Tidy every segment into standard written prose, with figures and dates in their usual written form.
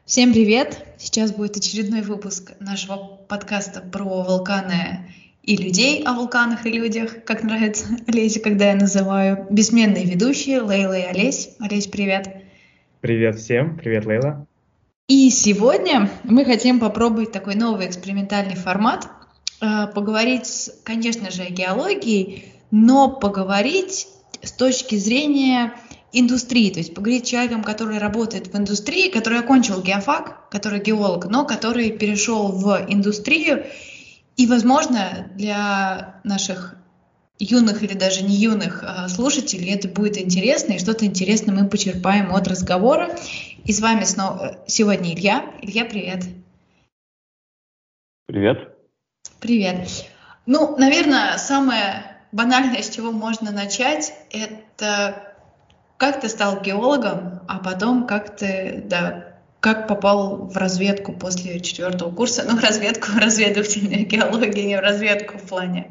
Всем привет! Сейчас будет очередной выпуск нашего подкаста про вулканы и людей о вулканах и людях, как нравится Олесе, когда я называю. Бессменные ведущие Лейла и Олесь. Олесь, привет! Привет всем, привет, Лейла. И сегодня мы хотим попробовать такой новый экспериментальный формат, поговорить, конечно же, о геологии, но поговорить с точки зрения индустрии, то есть поговорить с человеком, который работает в индустрии, который окончил геофак, который геолог, но который перешел в индустрию. И, возможно, для наших юных или даже не юных слушателей это будет интересно, и что-то интересное мы почерпаем от разговора. И с вами снова сегодня Илья. Илья, привет. Привет. Привет. Ну, наверное, самое банальное, с чего можно начать, это как ты стал геологом, а потом как попал в разведку после 4 курса, ну, разведывательная геология, не в разведку в плане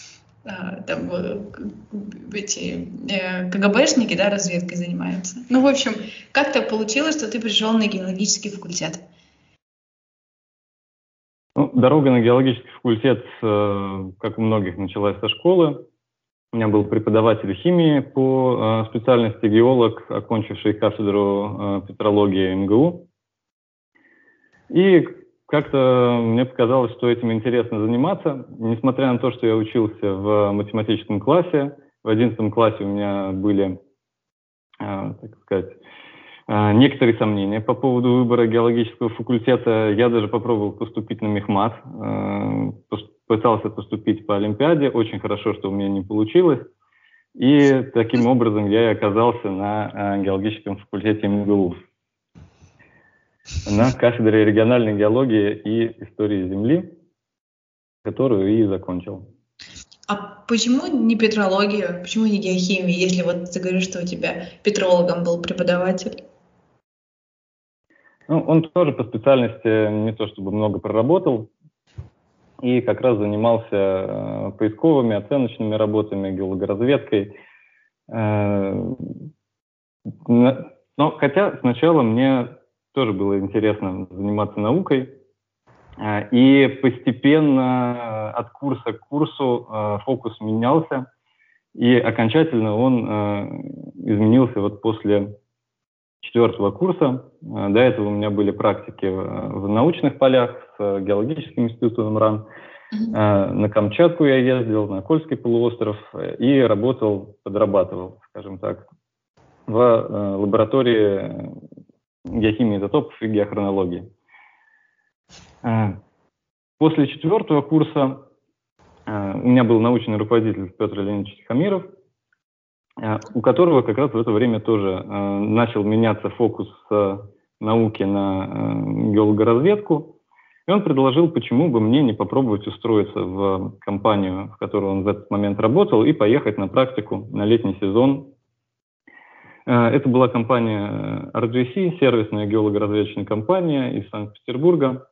КГБшники, да, разведкой занимаются. Ну, в общем, как так получилось, что ты пришел на геологический факультет? Ну, дорога на геологический факультет, как у многих, началась со школы. У меня был преподаватель химии по специальности геолог, окончивший кафедру петрологии МГУ. И как-то мне показалось, что этим интересно заниматься. Несмотря на то, что я учился в математическом классе, в 11 классе у меня были, так сказать, некоторые сомнения по поводу выбора геологического факультета. Я даже попробовал поступить на мехмат, пытался поступить по Олимпиаде. Очень хорошо, что у меня не получилось. И таким образом я и оказался на геологическом факультете МГУ. На кафедре региональной геологии и истории Земли, которую и закончил. А почему не петрология, почему не геохимия, если вот ты говоришь, что у тебя петрологом был преподаватель? Ну, он тоже по специальности не то чтобы много проработал, и как раз занимался поисковыми, оценочными работами, геологоразведкой. Но хотя сначала мне тоже было интересно заниматься наукой, и постепенно от курса к курсу фокус менялся, и окончательно он изменился вот после 4 курса. До этого у меня были практики в научных полях с геологическим институтом РАН. На Камчатку я ездил, на Кольский полуостров и работал, подрабатывал, скажем так, в лаборатории геохимии изотопов и геохронологии. После 4 курса у меня был научный руководитель Петр Леонидович Тихомиров, у которого как раз в это время тоже начал меняться фокус науки на геологоразведку. И он предложил, почему бы мне не попробовать устроиться в компанию, в которой он в этот момент работал, и поехать на практику на летний сезон. Это была компания RGC, сервисная геологоразведочная компания из Санкт-Петербурга.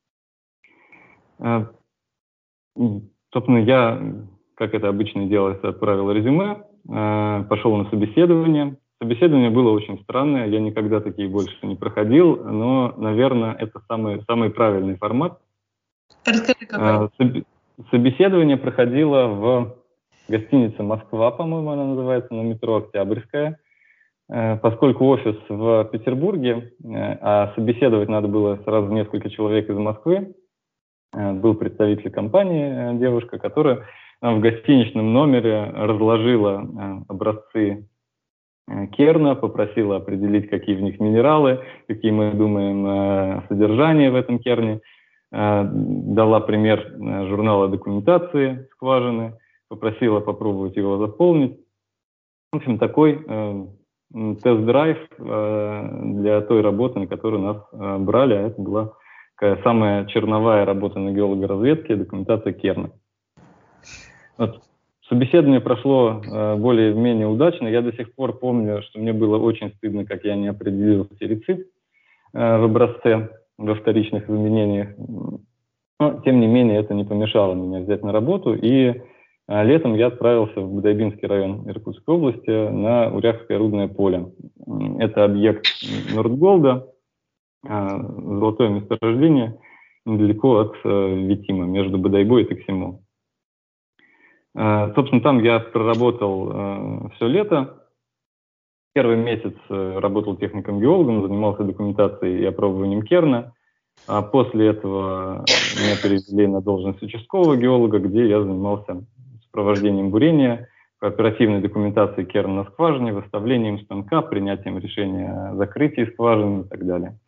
Собственно, я, как это обычно делается, отправил резюме, пошел на собеседование. Собеседование было очень странное, я никогда такие больше не проходил, но, наверное, это самый правильный формат. Расскажи, какой. Собеседование проходило в гостинице «Москва», по-моему, она называется, на метро Октябрьская. Поскольку офис в Петербурге, а собеседовать надо было сразу несколько человек из Москвы, был представитель компании, девушка, которая в гостиничном номере разложила образцы керна, попросила определить, какие в них минералы, какие мы думаем о содержании в этом керне, дала пример журнала документации скважины, попросила попробовать его заполнить. В общем, такой тест-драйв для той работы, на которую нас брали, а это была такая самая черновая работа на геологоразведке, документация керна. Вот. Собеседование прошло более-менее удачно. Я до сих пор помню, что мне было очень стыдно, как я не определил феррицит в образце, во вторичных изменениях. Но, тем не менее, это не помешало мне взять на работу. И летом я отправился в Бодайбинский район Иркутской области на Уряховское рудное поле. Это объект Нордголда. золотое месторождение недалеко от Витима, между Бодайбой и Таксимо. Собственно, там я проработал все лето. Первый месяц работал техником-геологом, занимался документацией и опробованием керна. А после этого меня перевели на должность участкового геолога, где я занимался сопровождением бурения, оперативной документацией керна на скважине, выставлением станка, принятием решения о закрытии скважины и так далее.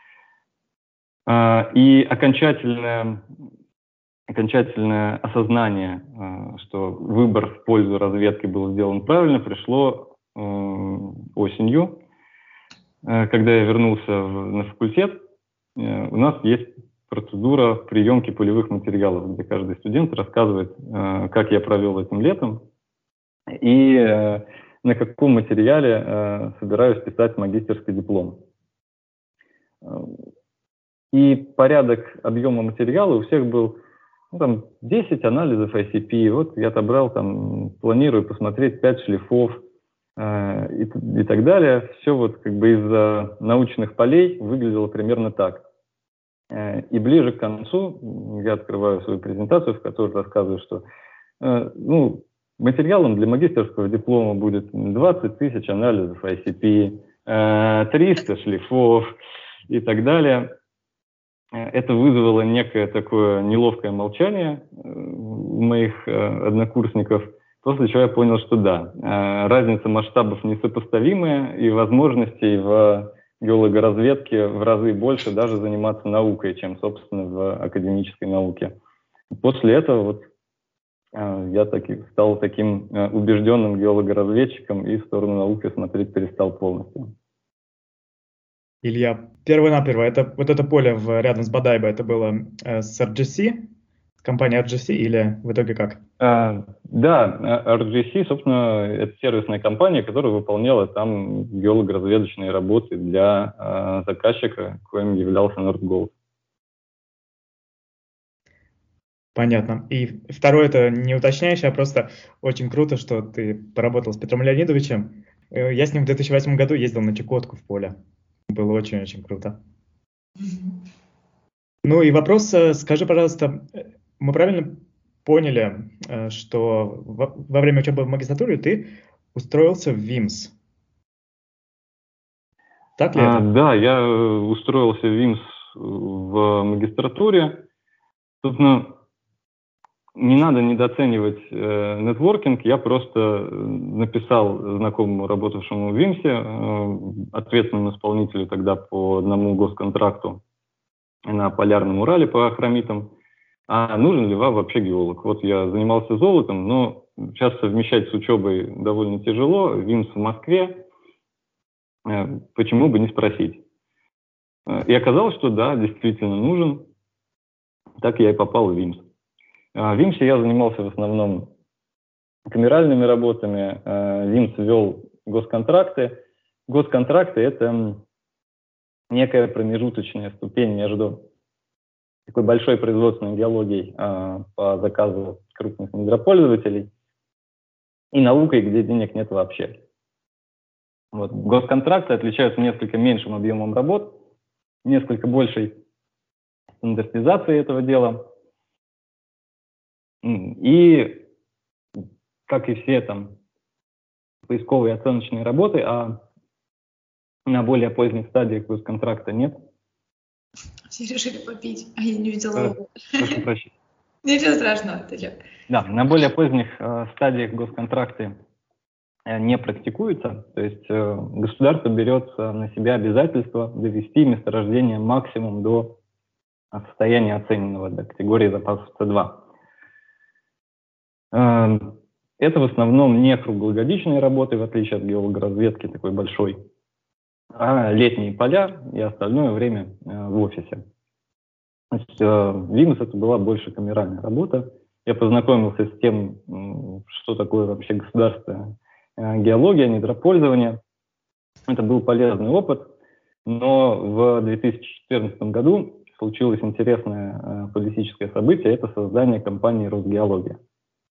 И окончательное осознание, что выбор в пользу разведки был сделан правильно, пришло осенью, когда я вернулся на факультет. У нас есть процедура приемки полевых материалов, где каждый студент рассказывает, как я провел этим летом и на каком материале собираюсь писать магистерский диплом. И порядок объема материала у всех был 10 анализов ICP. Вот я отобрал, планирую посмотреть 5 шлифов и так далее. Все из научных полей выглядело примерно так. И ближе к концу я открываю свою презентацию, в которой рассказываю, что материалом для магистерского диплома будет 20 тысяч анализов ICP, 300 шлифов и так далее. Это вызвало некое такое неловкое молчание у моих однокурсников, после чего я понял, что да, разница масштабов несопоставимая, и возможностей в геологоразведке в разы больше даже заниматься наукой, чем, собственно, в академической науке. После этого я стал таким убежденным геологоразведчиком и в сторону науки смотреть перестал полностью. Илья, перво-наперво, это поле рядом с Бодайбо, это было с RGC, компания RGC, или в итоге как? Да, RGC, собственно, это сервисная компания, которая выполняла там геолого-разведочные работы для заказчика, коим являлся Nordgold. Понятно. И второе, это не уточняющее, а просто очень круто, что ты поработал с Петром Леонидовичем. Я с ним в 2008 году ездил на Чукотку в поле. Было очень-очень круто. Ну и вопрос, скажи, пожалуйста, мы правильно поняли, что во время учебы в магистратуре ты устроился в ВИМС? Так ли это? Да, я устроился в ВИМС в магистратуре. Собственно, не надо недооценивать нетворкинг. Я просто написал знакомому, работавшему в ВИМСе, ответственному исполнителю тогда по одному госконтракту на Полярном Урале по хромитам, а нужен ли вам вообще геолог? Вот я занимался золотом, но сейчас совмещать с учебой довольно тяжело. ВИМС в Москве, почему бы не спросить? И оказалось, что да, действительно нужен. Так я и попал в ВИМС. В ВИМСе я занимался в основном камеральными работами. ВИМС вел госконтракты. Госконтракты – это некая промежуточная ступень между такой большой производственной геологией по заказу крупных недропользователей и наукой, где денег нет вообще. Госконтракты отличаются несколько меньшим объемом работ, несколько большей стандартизацией этого дела. И, как и все поисковые и оценочные работы, а на более поздних стадиях госконтракта нет. Все решили попить, а я не видела. Прошу прощения. Ничего страшного, ты чё? Да, на более поздних стадиях госконтракты не практикуются, то есть государство берет на себя обязательство довести месторождение максимум до состояния оцененного до категории запасов С2. Это в основном не круглогодичные работы, в отличие от геологоразведки такой большой, а летние поля и остальное время в офисе. Значит, ВИМС это была больше камеральная работа. Я познакомился с тем, что такое вообще государственная геология, недропользование. Это был полезный опыт, но в 2014 году случилось интересное политическое событие, это создание компании «Росгеология».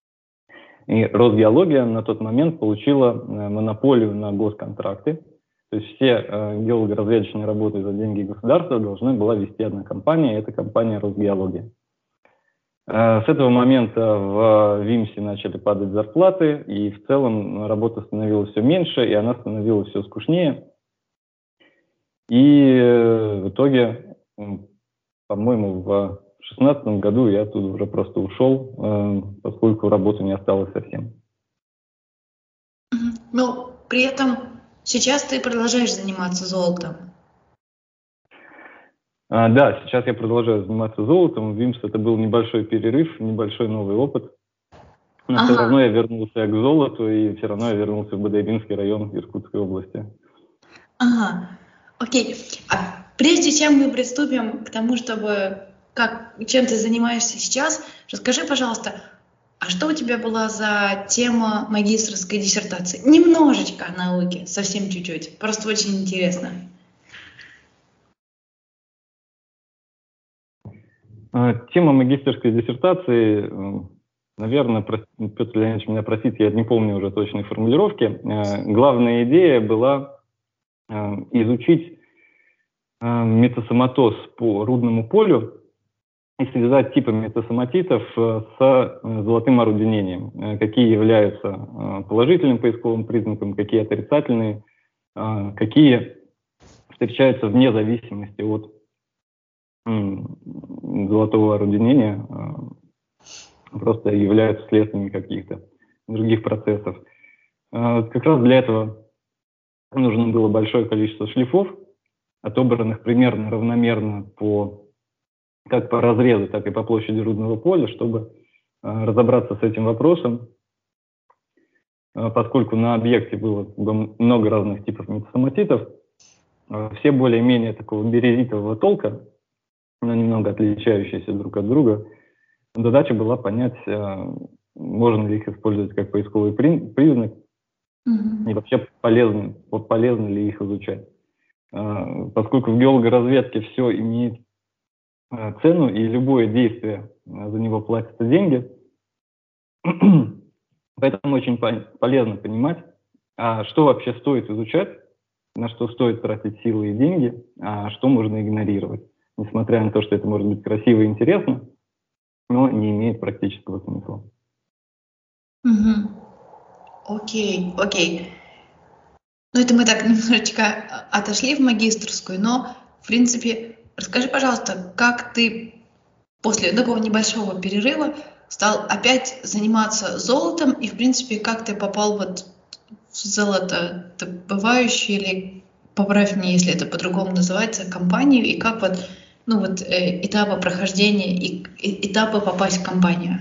И Росгеология на тот момент получила монополию на госконтракты. То То есть все геолого-разведочные работы за деньги государства должна была вести одна компания, это компания «Росгеология». С этого момента в ВИМСе начали падать зарплаты, и в целом работа становилась все меньше, и она становилась все скучнее. И в итоге, по-моему, в 2016 году я оттуда уже просто ушел, поскольку работы не осталось совсем. Но при этом сейчас ты продолжаешь заниматься золотом. Да, сейчас я продолжаю заниматься золотом. В ВИМС это был небольшой перерыв, небольшой новый опыт. Но все равно я вернулся к золоту, и все равно я вернулся в Бадайбинский район Иркутской области. Ага, окей. А прежде чем мы приступим к тому, чем ты занимаешься сейчас, расскажи, пожалуйста, а что у тебя была за тема магистерской диссертации? Немножечко о науке, совсем чуть-чуть, просто очень интересно. Тема магистерской диссертации, наверное, Петр Леонидович меня простит, я не помню уже точной формулировки. Главная идея была изучить метасоматоз по рудному полю и связать типы метасоматитов с золотым орудинением. Какие являются положительным поисковым признаком, какие отрицательные, какие встречаются вне зависимости от золотого орудинения, просто являются следствиями каких-то других процессов. Как раз для этого нужно было большое количество шлифов, отобранных примерно равномерно как по разрезу, так и по площади рудного поля, чтобы разобраться с этим вопросом, поскольку на объекте было много разных типов метасоматитов, все более-менее такого березитового толка, но немного отличающиеся друг от друга. Задача была понять, можно ли их использовать как поисковый признак, и вообще полезно ли их изучать. Поскольку в геологоразведке все имеет цену, и любое действие, за него платятся деньги, поэтому очень полезно понимать, что вообще стоит изучать, на что стоит тратить силы и деньги, а что можно игнорировать. Несмотря на то, что это может быть красиво и интересно, но не имеет практического смысла. Окей. Ну, это мы так немножечко отошли в магистерскую, но, в принципе, расскажи, пожалуйста, как ты после такого небольшого перерыва стал опять заниматься золотом, и, в принципе, как ты попал в золотодобывающую, или, поправь меня, если это по-другому называется, компанию, и как этапы прохождения и этапы попасть в компанию?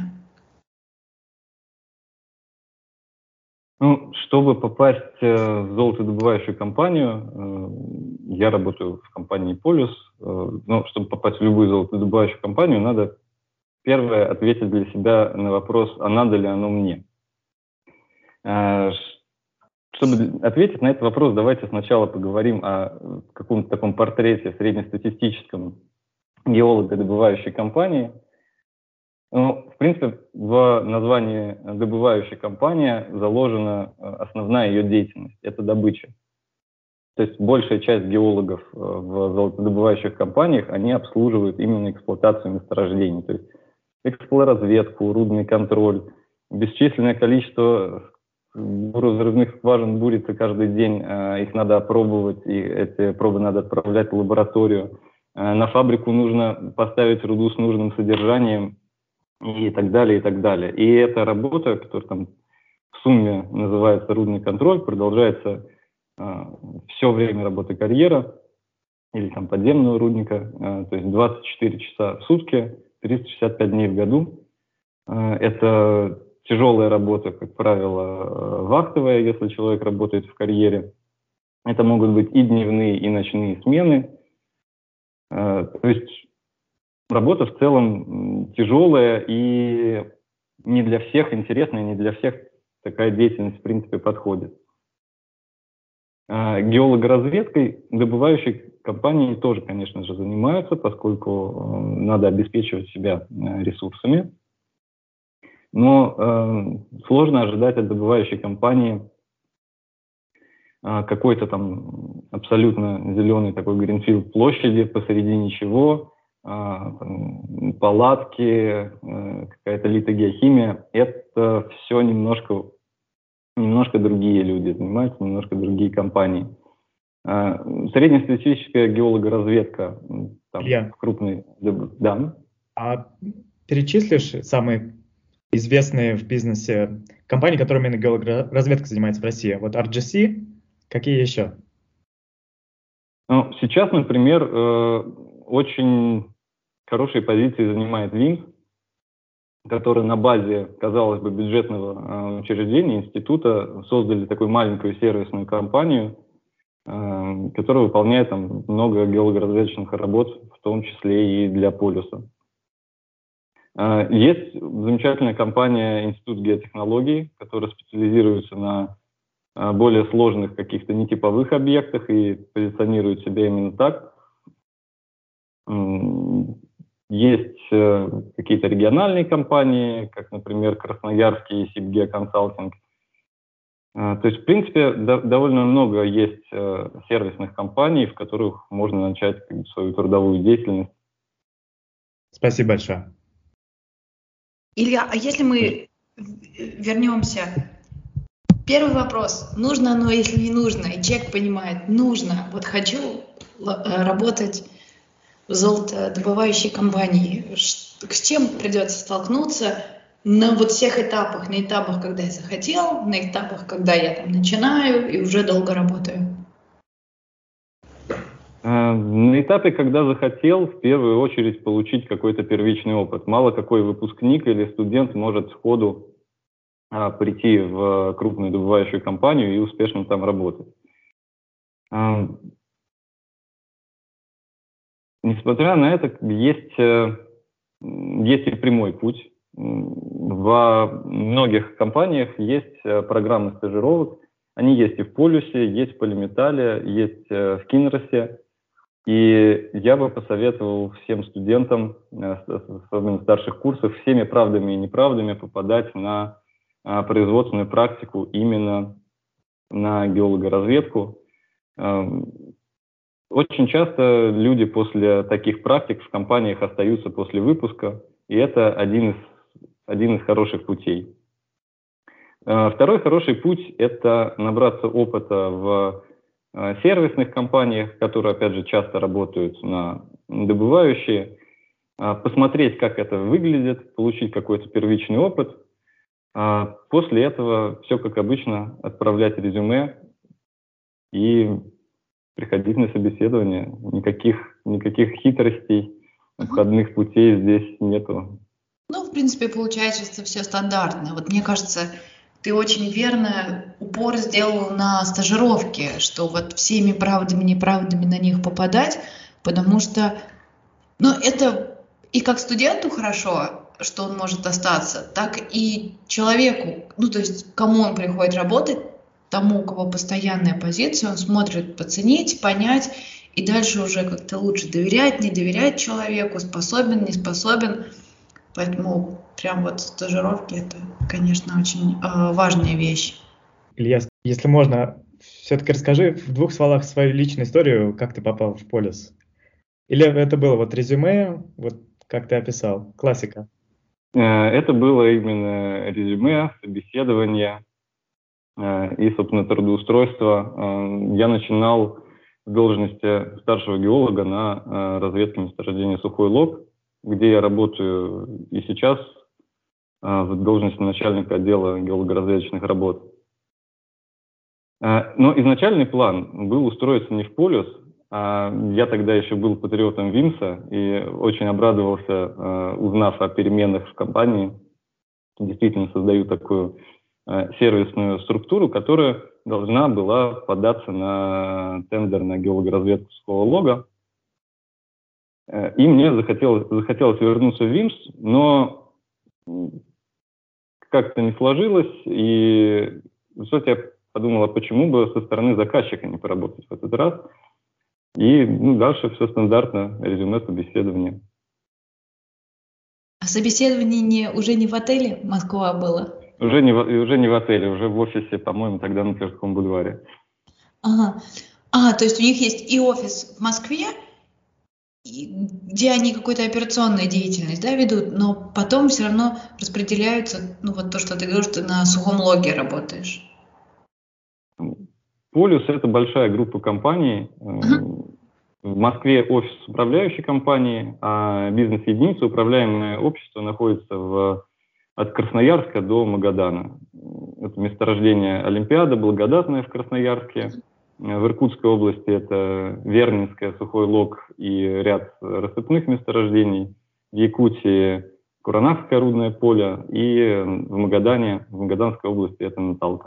Чтобы попасть в золотодобывающую компанию, я работаю в компании «Полюс», но чтобы попасть в любую золотодобывающую компанию, надо первое ответить для себя на вопрос, а надо ли оно мне. Чтобы ответить на этот вопрос, давайте сначала поговорим о каком-то таком портрете среднестатистическом геолого-добывающей компании. В принципе, в названии добывающая компания заложена основная ее деятельность – это добыча. То есть большая часть геологов в золотодобывающих компаниях, они обслуживают именно эксплуатацию месторождений, то есть эксплоразведку, рудный контроль, бесчисленное количество взрывных скважин бурится каждый день, их надо опробовать, и эти пробы надо отправлять в лабораторию. На фабрику нужно поставить руду с нужным содержанием и так далее, и так далее. И эта работа, которая там в сумме называется рудный контроль, продолжается все время работы карьера или там подземного рудника, то есть 24 часа в сутки, 365 дней в году. Это тяжелая работа, как правило, вахтовая, если человек работает в карьере. Это могут быть и дневные, и ночные смены. То есть работа в целом тяжелая и не для всех интересная, не для всех такая деятельность в принципе подходит. Геологоразведкой добывающие компании тоже, конечно же, занимаются, поскольку надо обеспечивать себя ресурсами. Но сложно ожидать от добывающей компании какой-то там абсолютно зеленый такой гринфилд площади, посреди ничего, палатки, какая-то литогеохимия. Это все немножко другие люди занимаются, немножко другие компании. Среднестатистическая геологоразведка, там, крупный, да. А перечислишь самые известные в бизнесе компании, которыми именно геологоразведка занимается в России? Вот RGC, какие еще? Ну, сейчас, например, очень хорошие позиции занимает ВИМС, который на базе, казалось бы, бюджетного учреждения, института, создали такую маленькую сервисную компанию, которая выполняет там много геологоразведочных работ, в том числе и для полюса. Есть замечательная компания Институт геотехнологий, которая специализируется на более сложных каких-то нетиповых объектах и позиционирует себя именно так. Есть какие-то региональные компании, как, например, Красноярский Сибгеоконсалтинг. То есть, в принципе, довольно много есть сервисных компаний, в которых можно начать свою трудовую деятельность. Спасибо большое. Илья, а если мы вернемся? Первый вопрос. Нужно оно, если не нужно? И человек понимает, нужно. Вот хочу работать в золотодобывающей компании. С чем придется столкнуться на вот всех этапах? На этапах, когда я захотел, на этапах, когда я там начинаю и уже долго работаю? На этапе, когда захотел, в первую очередь получить какой-то первичный опыт. Мало какой выпускник или студент может сходу прийти в крупную добывающую компанию и успешно там работать. Несмотря на это, есть и прямой путь. Во многих компаниях есть программы стажировок. Они есть и в Полюсе, есть в Полиметалле, есть в Кинросе. И я бы посоветовал всем студентам, особенно старших курсов, всеми правдами и неправдами попадать на производственную практику именно на геологоразведку. Очень часто люди после таких практик в компаниях остаются после выпуска, и это один из хороших путей. Второй хороший путь – это набраться опыта в сервисных компаниях, которые, опять же, часто работают на добывающие, посмотреть, как это выглядит, получить какой-то первичный опыт. После этого все как обычно, отправлять резюме и приходить на собеседование. Никаких хитростей, обходных путей здесь нету. Ну, в принципе, получается, что все стандартно. Вот мне кажется, ты очень верно упор сделал на стажировке, что вот всеми правдами, неправдами на них попадать, потому что, ну, это и как студенту хорошо, что он может остаться, так и человеку, ну, то есть кому он приходит работать, тому, у кого постоянная позиция, он смотрит поценить, понять, и дальше уже как-то лучше доверять, не доверять человеку, способен, не способен. Поэтому прям вот стажировки – это, конечно, очень важная вещь. Илья, если можно, все-таки расскажи в 2 словах свою личную историю, как ты попал в Полюс. Или это было вот резюме, вот как ты описал, классика? Это было именно резюме, собеседование и, собственно, трудоустройство. Я начинал в должности старшего геолога на разведке месторождения Сухой Лог, где я работаю и сейчас в должности начальника отдела геологоразведочных работ. Но изначальный план был устроиться не в Полюс, я тогда еще был патриотом ВИМСа и очень обрадовался, узнав о переменах в компании. Действительно создаю такую сервисную структуру, которая должна была податься на тендер на геологоразведку Сухого Лога. И мне захотелось вернуться в ВИМС, но как-то не сложилось. И в результате я подумал, а почему бы со стороны заказчика не поработать в этот раз. И дальше все стандартно, резюме, собеседование. А собеседование уже не в отеле Москва было? Уже не в отеле, уже в офисе, по-моему, тогда на Тверском бульваре. Ага. То есть у них есть и офис в Москве, где они какую-то операционную деятельность, да, ведут, но потом все равно распределяются, ну вот то, что ты говоришь, ты на сухом логе работаешь. Полюс – это большая группа компаний. В Москве офис управляющей компании, а бизнес-единица, управляемое общество, находится от Красноярска до Магадана. Это месторождение Олимпиада, Благодатное в Красноярске. В Иркутской области это Вернинское, Сухой Лог и ряд рассыпных месторождений. В Якутии Куранакское рудное поле, и в Магадане, в Магаданской области это Наталка.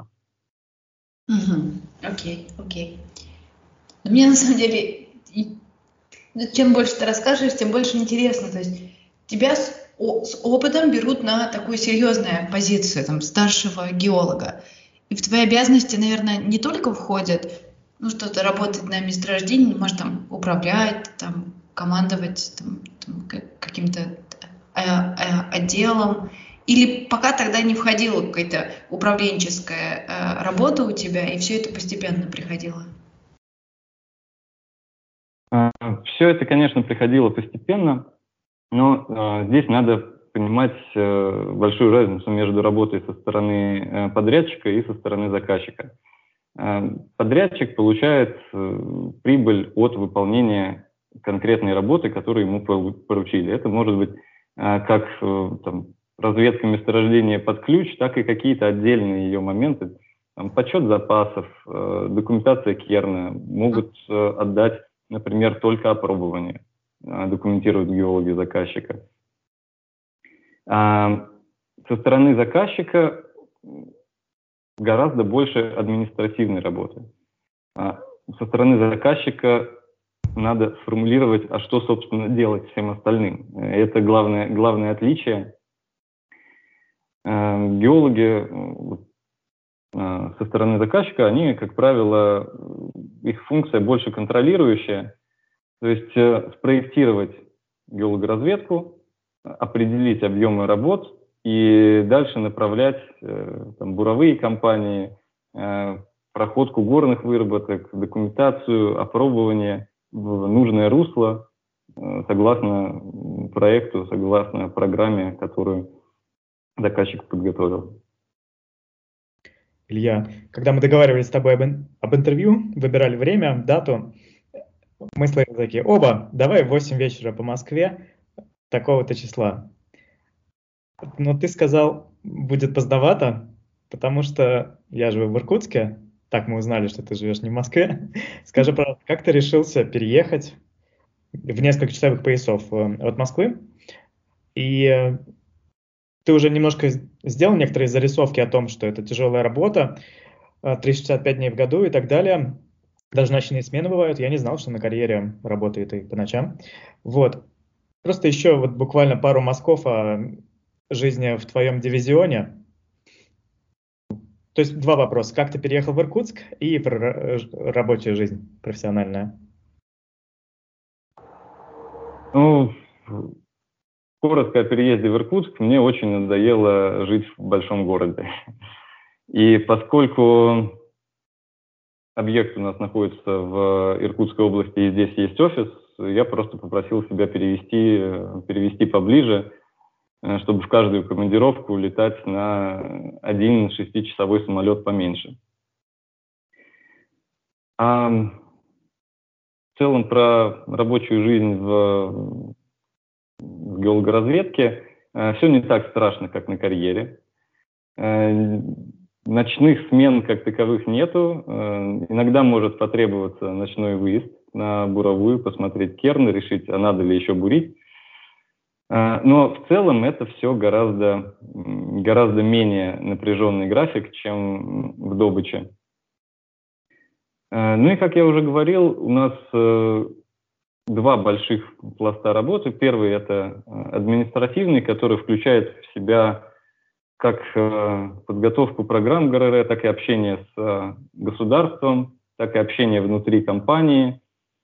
Окей. Но мне на самом деле, чем больше ты расскажешь, тем больше интересно. То есть тебя с опытом берут на такую серьезную позицию, там, старшего геолога. И в твои обязанности, наверное, не только входят, что-то работать на месторождении, может, там, управлять, там, командовать там, каким-то отделом. Или пока тогда не входила какая-то управленческая работа у тебя, и все это постепенно приходило? Все это, конечно, приходило постепенно, но здесь надо понимать большую разницу между работой со стороны подрядчика и со стороны заказчика. Подрядчик получает прибыль от выполнения конкретной работы, которую ему поручили. Это может быть как там, разведка месторождения под ключ, так и какие-то отдельные ее моменты. Там, подсчет запасов, документация Керна могут отдать, например, только опробование, документируют геологи заказчика. Со стороны заказчика гораздо больше административной работы. Со стороны заказчика надо сформулировать, а что, собственно, делать всем остальным. Это главное отличие. Геологи со стороны заказчика, они, как правило, их функция больше контролирующая, то есть спроектировать геологоразведку, определить объемы работ и дальше направлять там, буровые компании, проходку горных выработок, документацию, опробование в нужное русло согласно проекту, согласно программе, которую заказчик подготовил. Илья, когда мы договаривались с тобой об интервью, выбирали время, дату, мы словили такие: оба, давай в 8 вечера по Москве, такого-то числа. Но ты сказал, будет поздновато, потому что я живу в Иркутске, так мы узнали, что ты живешь не в Москве. Скажи, пожалуйста, как ты решился переехать в несколько часовых поясов от Москвы? И ты уже немножко сделал некоторые зарисовки о том, что это тяжелая работа, 365 дней в году и так далее. Даже ночные смены бывают. Я не знал, что на карьере работает и по ночам. Вот. Просто еще вот буквально пару мазков о жизни в твоем дивизионе. То есть два вопроса. Как ты переехал в Иркутск и про рабочую жизнь профессиональная? Ну, коротко о переезде в Иркутск. Мне очень надоело жить в большом городе. И поскольку объект у нас находится в Иркутской области и здесь есть офис, я просто попросил себя перевести поближе, чтобы в каждую командировку летать на один 6-часовой самолет поменьше. А в целом про рабочую жизнь в геологоразведке все не так страшно, как на карьере. Ночных смен как таковых нету. Иногда может потребоваться ночной выезд на буровую, посмотреть керн, решить, а надо ли еще бурить. Но в целом это все гораздо менее напряженный график, чем в добыче. Ну и, как я уже говорил, у нас два больших пласта работы. Первый – это административный, который включает в себя как подготовку программ ГРР, так и общение с государством, так и общение внутри компании,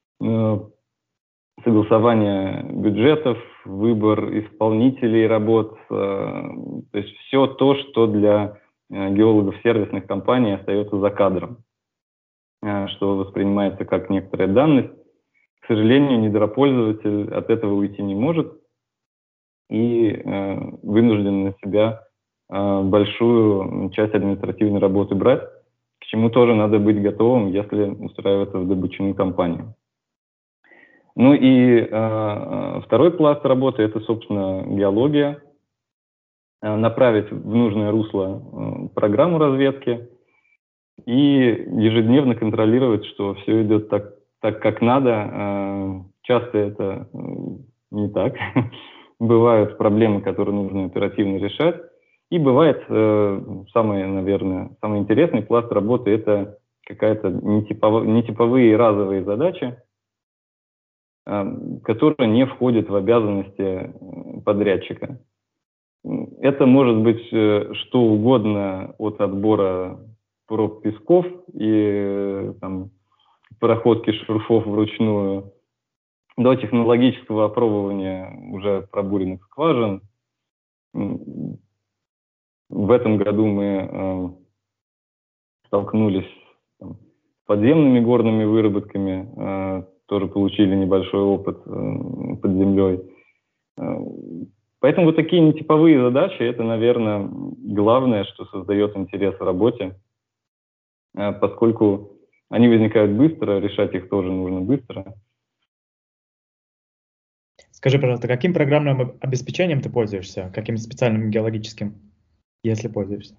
согласование бюджетов, выбор исполнителей работ, то есть все то, что для геологов сервисных компаний остается за кадром. что воспринимается как некоторая данность. К сожалению, недропользователь от этого уйти не может и вынужден на себя большую часть административной работы брать, к чему тоже надо быть готовым, если устраиваться в добычную компанию. Ну и второй пласт работы – это, собственно, геология. Направить в нужное русло программу разведки и ежедневно контролировать, что все идет так, как надо. Часто это не так. Бывают проблемы, которые нужно оперативно решать. И бывает, самый интересный пласт работы – это какая-то нетиповые разовые задачи, которые не входят в обязанности подрядчика. Это может быть что угодно, от отбора проб песков и проходки шурфов вручную до технологического опробования уже пробуренных скважин. В этом году мы столкнулись с подземными горными выработками, тоже получили небольшой опыт под землей. Поэтому вот такие нетиповые задачи – это, наверное, главное, что создает интерес в работе, поскольку они возникают быстро, решать их тоже нужно быстро. Скажи, пожалуйста, каким программным обеспечением ты пользуешься? Каким специальным геологическим, если пользуешься?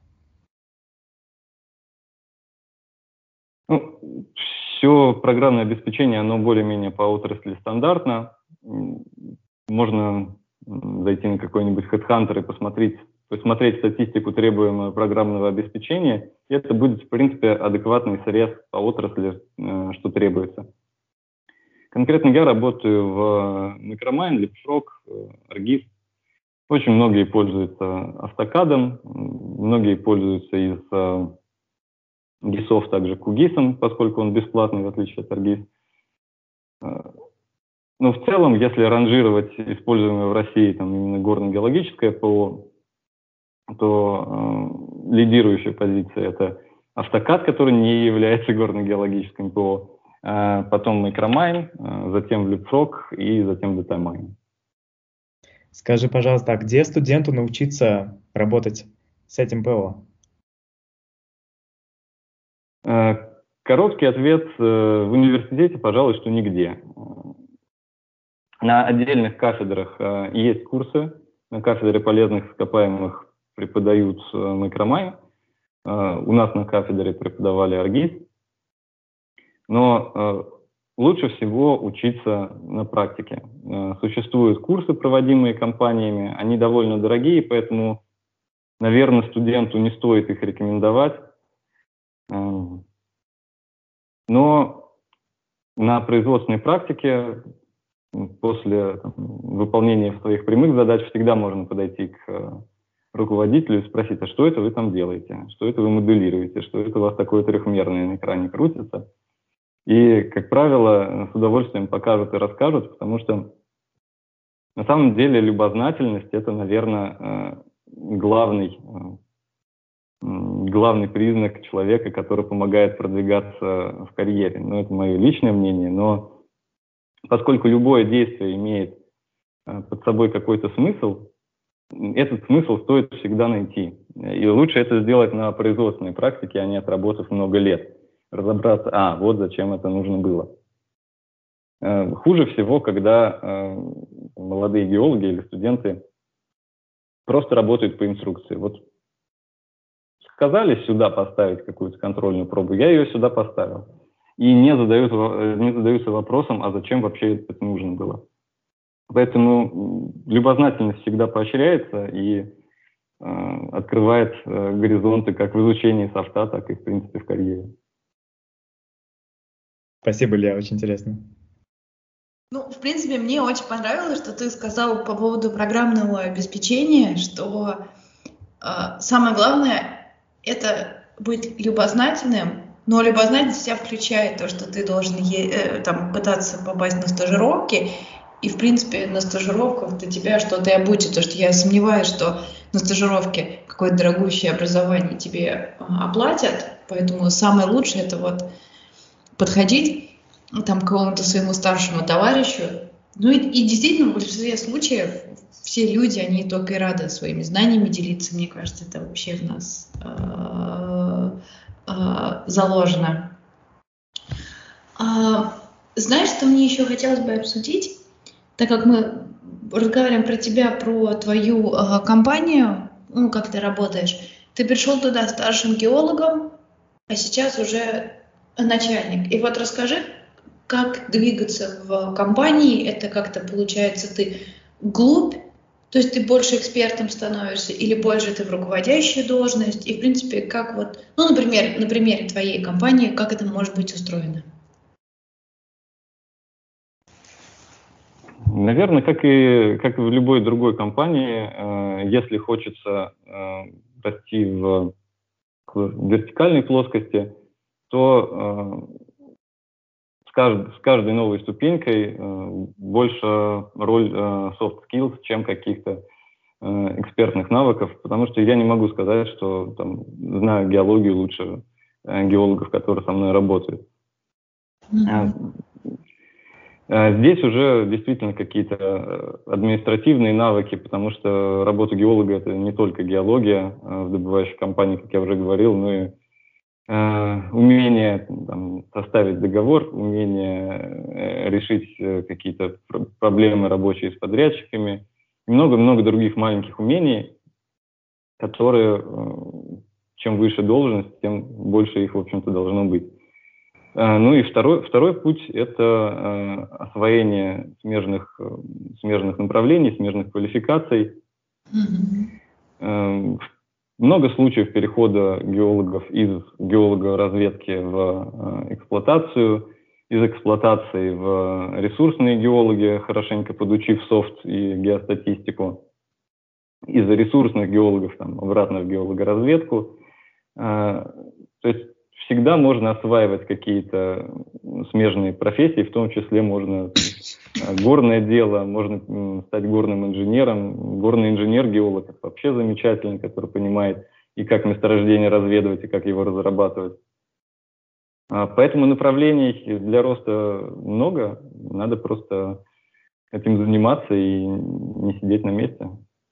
Все программное обеспечение, оно более-менее по отрасли стандартно. Можно зайти на какой-нибудь HeadHunter и посмотреть статистику требуемого программного обеспечения. И это будет, в принципе, адекватный срез по отрасли, что требуется. Конкретно я работаю в Micromine, Leapfrog, Argis. Очень многие пользуются автокадом, многие пользуются из ГИСов также QGIS, поскольку он бесплатный, в отличие от Argis. Но в целом, если ранжировать используемое в России именно горно-геологическое ПО, то лидирующая позиция – это автокад, который не является горно-геологическим ПО, потом Micromine, затем Leapfrog и затем Datamine. Скажи, пожалуйста, а где студенту научиться работать с этим ПО? Короткий ответ – в университете, пожалуй, что нигде. На отдельных кафедрах есть курсы. На кафедре полезных ископаемых преподают Micromine. У нас на кафедре преподавали Argis. Но лучше всего учиться на практике. Существуют курсы, проводимые компаниями. Они довольно дорогие, поэтому, наверное, студенту не стоит их рекомендовать. Но на производственной практике после выполнения своих прямых задач всегда можно подойти к руководителю и спросить, а что это вы там делаете, что это вы моделируете, что это у вас такое трехмерное на экране крутится. И, как правило, с удовольствием покажут и расскажут, потому что на самом деле любознательность – это, наверное, главный признак человека, который помогает продвигаться в карьере. Ну, это мое личное мнение, но поскольку любое действие имеет под собой какой-то смысл, этот смысл стоит всегда найти. И лучше это сделать на производственной практике, а не отработав много лет. Разобраться, вот зачем это нужно было. Хуже всего, когда молодые геологи или студенты просто работают по инструкции. Вот сказали сюда поставить какую-то контрольную пробу, я ее сюда поставил. И не задаются вопросом, а зачем вообще это нужно было. Поэтому любознательность всегда поощряется и открывает горизонты как в изучении софта, так и, в принципе, в карьере. Спасибо, Илья, очень интересно. В принципе, мне очень понравилось, что ты сказал по поводу программного обеспечения, что самое главное – это быть любознательным, но любознательность себя включает то, что ты должен пытаться попасть на стажировки, и, в принципе, на стажировках-то тебя что-то и обучат, потому что я сомневаюсь, что на стажировке какое-то дорогущее образование тебе оплатят, поэтому самое лучшее – это подходить там к какому-то своему старшему товарищу. Ну и действительно, в большинстве случаев все люди, они только и рады своими знаниями делиться. Мне кажется, это вообще в нас заложено. Знаешь, что мне еще хотелось бы обсудить? Так как мы разговариваем про тебя, про твою компанию, ну, как ты работаешь, ты пришел туда старшим геологом, а сейчас уже начальник. И вот расскажи, как двигаться в компании, это как-то получается ты вглубь, то есть ты больше экспертом становишься или больше ты в руководящую должность, и в принципе, как вот, ну, например, на примере твоей компании, как это может быть устроено? Наверное, как и в любой другой компании, если хочется расти в вертикальной плоскости, то с каждой новой ступенькой больше роль soft skills, чем каких-то экспертных навыков, потому что я не могу сказать, что там, знаю геологию лучше геологов, которые со мной работают. Здесь уже действительно какие-то административные навыки, потому что работа геолога — это не только геология в добывающей компании, как я уже говорил, но и умение там составить договор, умение решить какие-то проблемы рабочие с подрядчиками, и много-много других маленьких умений, которые, чем выше должность, тем больше их, в общем-то, должно быть. Ну и второй путь – это освоение смежных направлений, смежных квалификаций. Много случаев перехода геологов из геологоразведки в эксплуатацию, из эксплуатации в ресурсные геологи, хорошенько подучив софт и геостатистику, из ресурсных геологов обратно в геологоразведку. То есть всегда можно осваивать какие-то смежные профессии, в том числе можно горное дело, можно стать горным инженером. Горный инженер-геолог — это вообще замечательный, который понимает и как месторождение разведывать, и как его разрабатывать. Поэтому направлений для роста много, надо просто этим заниматься и не сидеть на месте.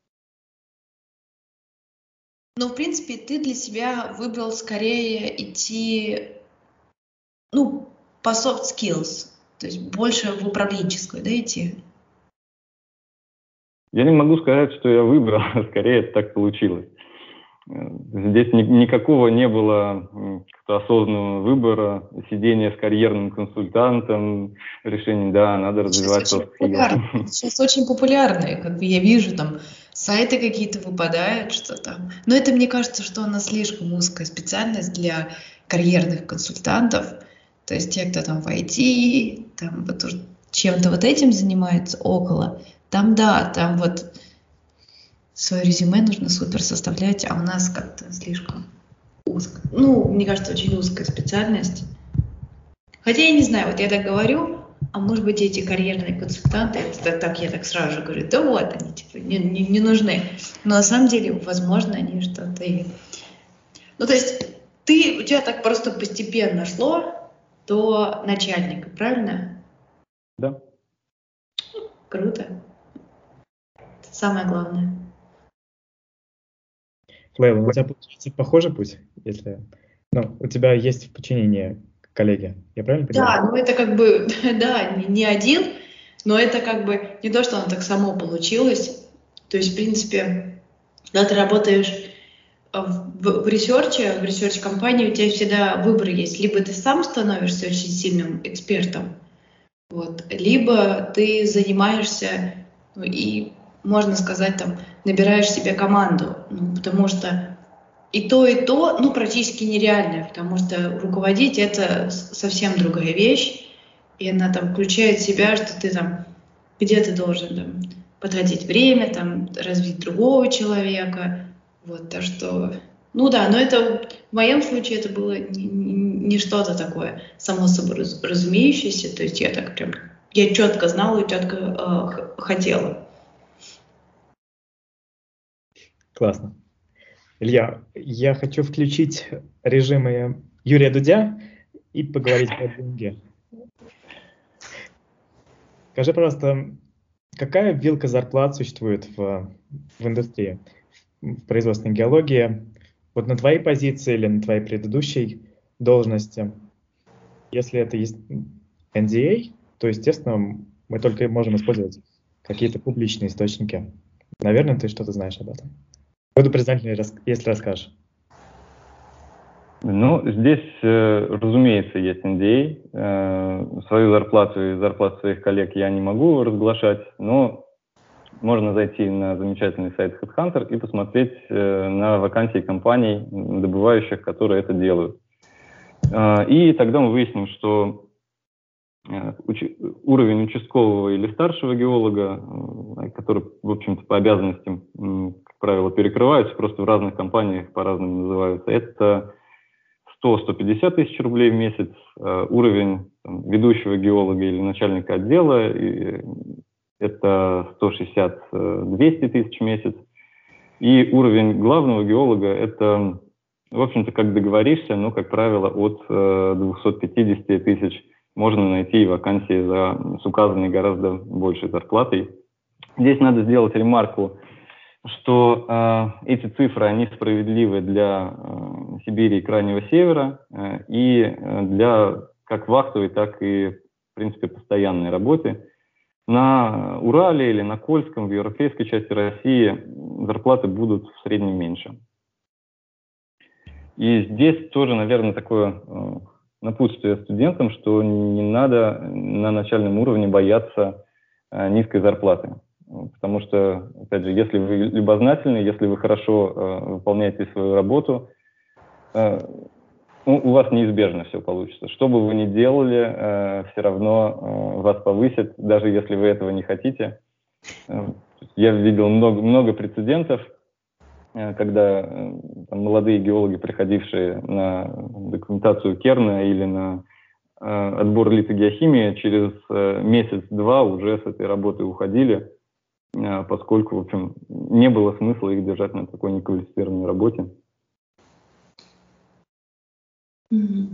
Ну, в принципе, ты для себя выбрал скорее идти, ну, по soft skills, то есть больше в управленческую, да, идти? Я не могу сказать, что я выбрал, скорее это так получилось. Здесь никакого не было осознанного выбора, сидения с карьерным консультантом, решение, да, надо развивать soft skills. Сейчас очень популярные, как бы я вижу, там сайты какие-то выпадают, что там. Но это, мне кажется, что она слишком узкая специальность для карьерных консультантов. То есть те, кто там в IT, там вот чем-то вот этим занимается около, там да, там вот свое резюме нужно супер составлять, а у нас как-то слишком узко. Ну, мне кажется, очень узкая специальность. Хотя я не знаю, вот я так говорю, а может быть эти карьерные консультанты, я так сразу же говорю, да вот они типа не нужны. Но на самом деле, возможно, они что-то и... Ну, то есть у тебя так просто постепенно шло до начальника, правильно? Да. Круто. Это самое главное. Лейла, у тебя получается похожий путь, если у тебя есть в подчинении коллеги, я правильно понимаю? Да, ну это как бы, да, не один, но это как бы не то, что оно так само получилось. То есть, в принципе, когда ты работаешь в ресерч-компании, у тебя всегда выбор есть. Либо ты сам становишься очень сильным экспертом, вот, либо ты занимаешься, ну, и, можно сказать, там, набираешь себе команду, ну, потому что и то, ну, практически нереально, потому что руководить — это совсем другая вещь, и она там включает в себя, что ты там, где ты должен там потратить время, там, развить другого человека, вот, так что, ну да, но это в моем случае это было не что-то такое само собой разумеющееся, то есть я так прям, я четко знала и четко хотела. Классно. Илья, я хочу включить режимы Юрия Дудя и поговорить про деньги. Скажи, пожалуйста, какая вилка зарплат существует в индустрии, в производственной геологии, вот на твоей позиции или на твоей предыдущей должности? Если это есть NDA, то, естественно, мы только можем использовать какие-то публичные источники. Наверное, ты что-то знаешь об этом. Буду признателен, если расскажешь. Ну, здесь, разумеется, есть NDA. Свою зарплату и зарплату своих коллег я не могу разглашать, но можно зайти на замечательный сайт HeadHunter и посмотреть на вакансии компаний, добывающих, которые это делают. И тогда мы выясним, что уровень участкового или старшего геолога, который, в общем-то, по обязанностям, как правило, перекрываются, просто в разных компаниях по-разному называются, это 100-150 тысяч рублей в месяц. Уровень ведущего геолога или начальника отдела это 160-200 тысяч в месяц. И уровень главного геолога это, в общем-то, как договоришься, но, как правило, от 250 тысяч можно найти вакансии с указанной гораздо большей зарплатой. Здесь надо сделать ремарку, что эти цифры, они справедливы для Сибири и Крайнего Севера и для как вахтовой, так и, в принципе, постоянной работы. На Урале или на Кольском, в европейской части России зарплаты будут в среднем меньше. И здесь тоже, наверное, такое напутствие студентам, что не надо на начальном уровне бояться низкой зарплаты. Потому что, опять же, если вы любознательны, если вы хорошо выполняете свою работу, у вас неизбежно все получится. Что бы вы ни делали, все равно вас повысят, даже если вы этого не хотите. Я видел много прецедентов, когда молодые геологи, приходившие на документацию Керна или на отбор литогеохимии, через месяц-два уже с этой работы уходили, поскольку, в общем, не было смысла их держать на такой неквалифицированной работе. Ну,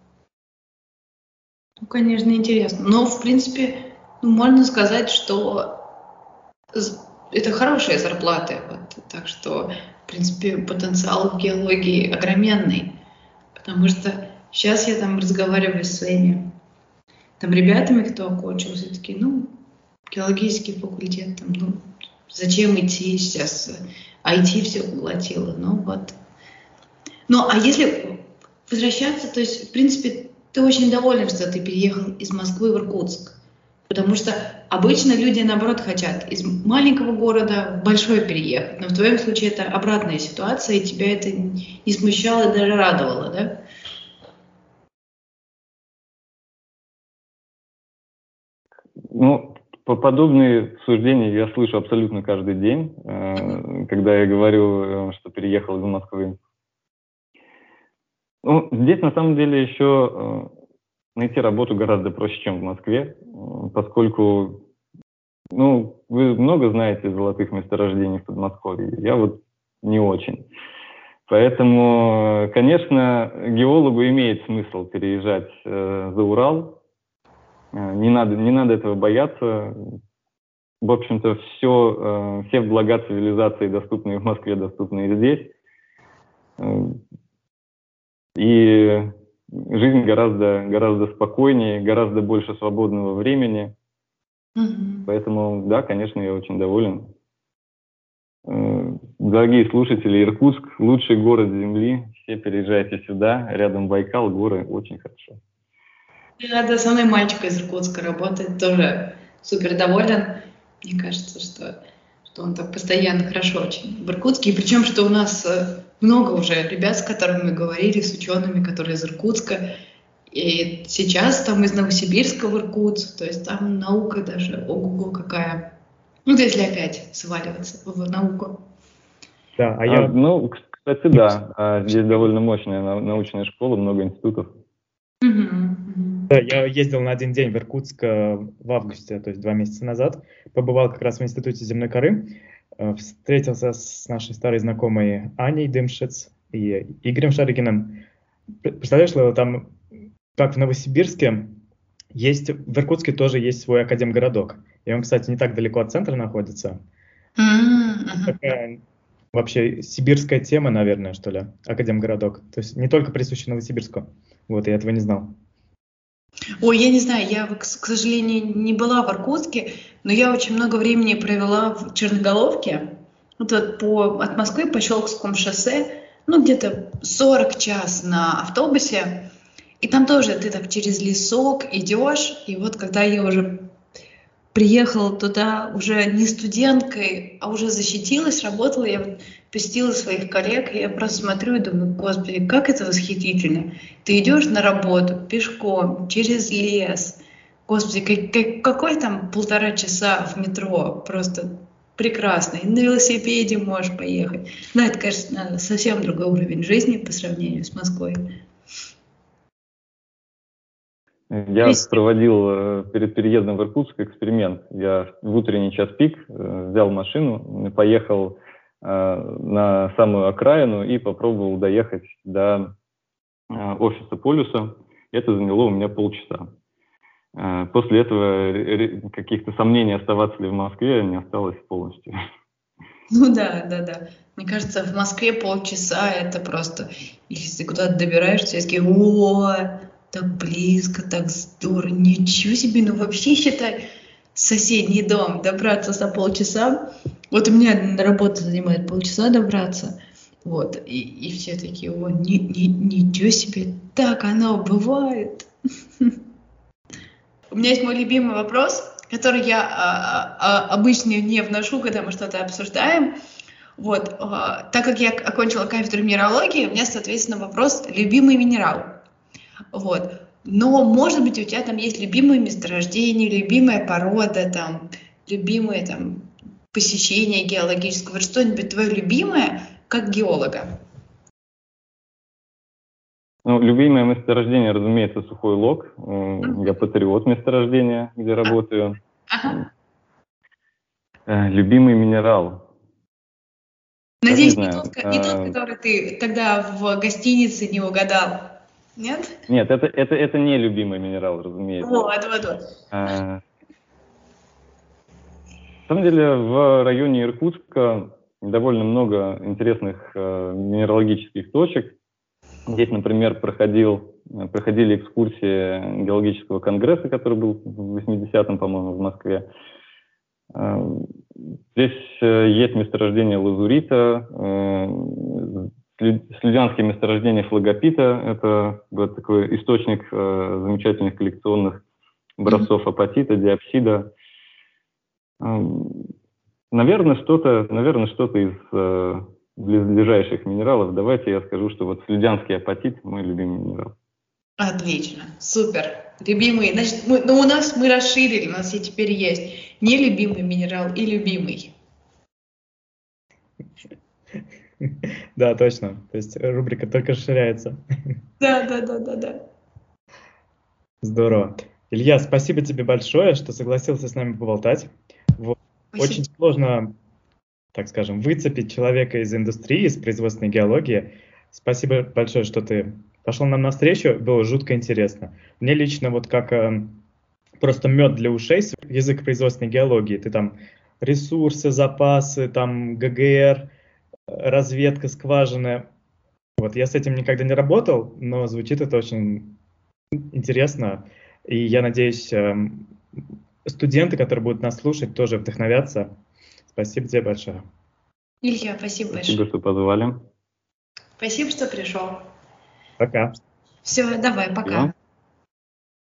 конечно, интересно. Но, в принципе, можно сказать, что это хорошие зарплаты. Вот, так что, в принципе, потенциал в геологии огроменный. Потому что сейчас я там разговариваю с своими ребятами, кто окончился, такие, геологический факультет, зачем идти сейчас, IT все поглотило, вот. А если возвращаться, то есть, в принципе, ты очень доволен, что ты переехал из Москвы в Иркутск, потому что обычно люди, наоборот, хотят из маленького города в большой переехать, но в твоем случае это обратная ситуация, и тебя это не смущало и даже радовало, да? Подобные суждения я слышу абсолютно каждый день, когда я говорю, что переехал из Москвы. Здесь на самом деле еще найти работу гораздо проще, чем в Москве, поскольку, вы много знаете золотых месторождений в Подмосковье, я вот не очень. Поэтому, конечно, геологу имеет смысл переезжать за Урал. Не надо этого бояться. В общем-то, все блага цивилизации, доступные в Москве, доступны и здесь. И жизнь гораздо спокойнее, гораздо больше свободного времени. Поэтому, да, конечно, я очень доволен. Дорогие слушатели, Иркутск – лучший город Земли. Все переезжайте сюда, рядом Байкал, горы, очень хорошо. Да, со мной мальчик из Иркутска работает, тоже супер доволен. Мне кажется, что он так постоянно хорошо очень в Иркутске. И причем, что у нас много уже ребят, с которыми мы говорили, с учеными, которые из Иркутска. И сейчас там из Новосибирска в Иркутск, то есть там наука даже, ого-го какая. Если опять сваливаться в науку. Да, кстати, да, здесь довольно мощная научная школа, много институтов. Да, я ездил на один день в Иркутск в августе, то есть 2 месяца назад. Побывал как раз в Институте земной коры. Встретился с нашей старой знакомой Аней Дымшиц и Игорем Шарыгиным. Представляешь, что там как в Новосибирске, в Иркутске тоже есть свой академгородок. И он, кстати, не так далеко от центра находится. Такая вообще сибирская тема, наверное, что ли, академгородок. То есть не только присущий Новосибирску. Вот, я этого не знал. Ой, я не знаю, я, к сожалению, не была в Иркутске, но я очень много времени провела в Черноголовке. Вот от Москвы по Щелковскому шоссе, где-то 40 час на автобусе. И там тоже ты так через лесок идешь, и вот когда я уже приехала туда уже не студенткой, а уже защитилась, работала, я посетила своих коллег, и я просто смотрю и думаю, господи, как это восхитительно. Ты идешь на работу пешком, через лес. Господи, какой там 1,5 часа в метро, просто прекрасно. И на велосипеде можешь поехать. Но это, конечно, совсем другой уровень жизни по сравнению с Москвой. Я проводил перед переездом в Иркутск эксперимент. Я в утренний час пик взял машину, поехал на самую окраину и попробовал доехать до офиса Полюса. Это заняло у меня полчаса. После этого каких-то сомнений, оставаться ли в Москве, не осталось полностью. Ну да. Мне кажется, в Москве полчаса это просто, если ты куда-то добираешься, я такие, так близко, так здорово, ничего себе, вообще считай, соседний дом добраться за полчаса. Вот у меня на работу занимает полчаса добраться, вот, и все такие, ничего себе, так оно бывает. У меня есть мой любимый вопрос, который я обычно не вношу, когда мы что-то обсуждаем. Вот, так как я окончила кафедру минералогии, у меня, соответственно, вопрос «любимый минерал». Вот. Но, может быть, у тебя там есть любимое месторождение, любимая порода, там, любимое там, посещение геологического, вот что-нибудь твое любимое, как геолога? Любимое месторождение, разумеется, Сухой Лог. Я патриот месторождения, где работаю. Любимый минерал. Надеюсь, не тот, который ты тогда в гостинице не угадал. Нет? Нет, это не любимый минерал, разумеется. Вот. На самом деле в районе Иркутска довольно много интересных минералогических точек. Здесь, например, проходили экскурсии геологического конгресса, который был в 80-м, по-моему, в Москве. Здесь есть месторождение лазурита, слюдянские месторождения флагопита. Это такой источник замечательных коллекционных образцов апатита, диапсида. Наверное, что-то из ближайших минералов. Давайте я скажу, что вот слюдянский апатит – мой любимый минерал. Отлично, супер. Любимый. Значит, мы расширили, у нас и теперь есть нелюбимый минерал и любимый. Да, точно. То есть рубрика только расширяется. Да. Здорово. Илья, спасибо тебе большое, что согласился с нами поболтать. Очень сложно, так скажем, выцепить человека из индустрии, из производственной геологии. Спасибо большое, что ты пошел нам навстречу. Было жутко интересно. Мне лично вот как просто мед для ушей язык производственной геологии. Ты там ресурсы, запасы, там ГГР, разведка, скважины. Вот я с этим никогда не работал, но звучит это очень интересно. И я надеюсь, студенты, которые будут нас слушать, тоже вдохновятся. Спасибо тебе большое. Илья, спасибо большое. Спасибо, что позвали. Спасибо, что пришел. Пока. Все, давай, пока.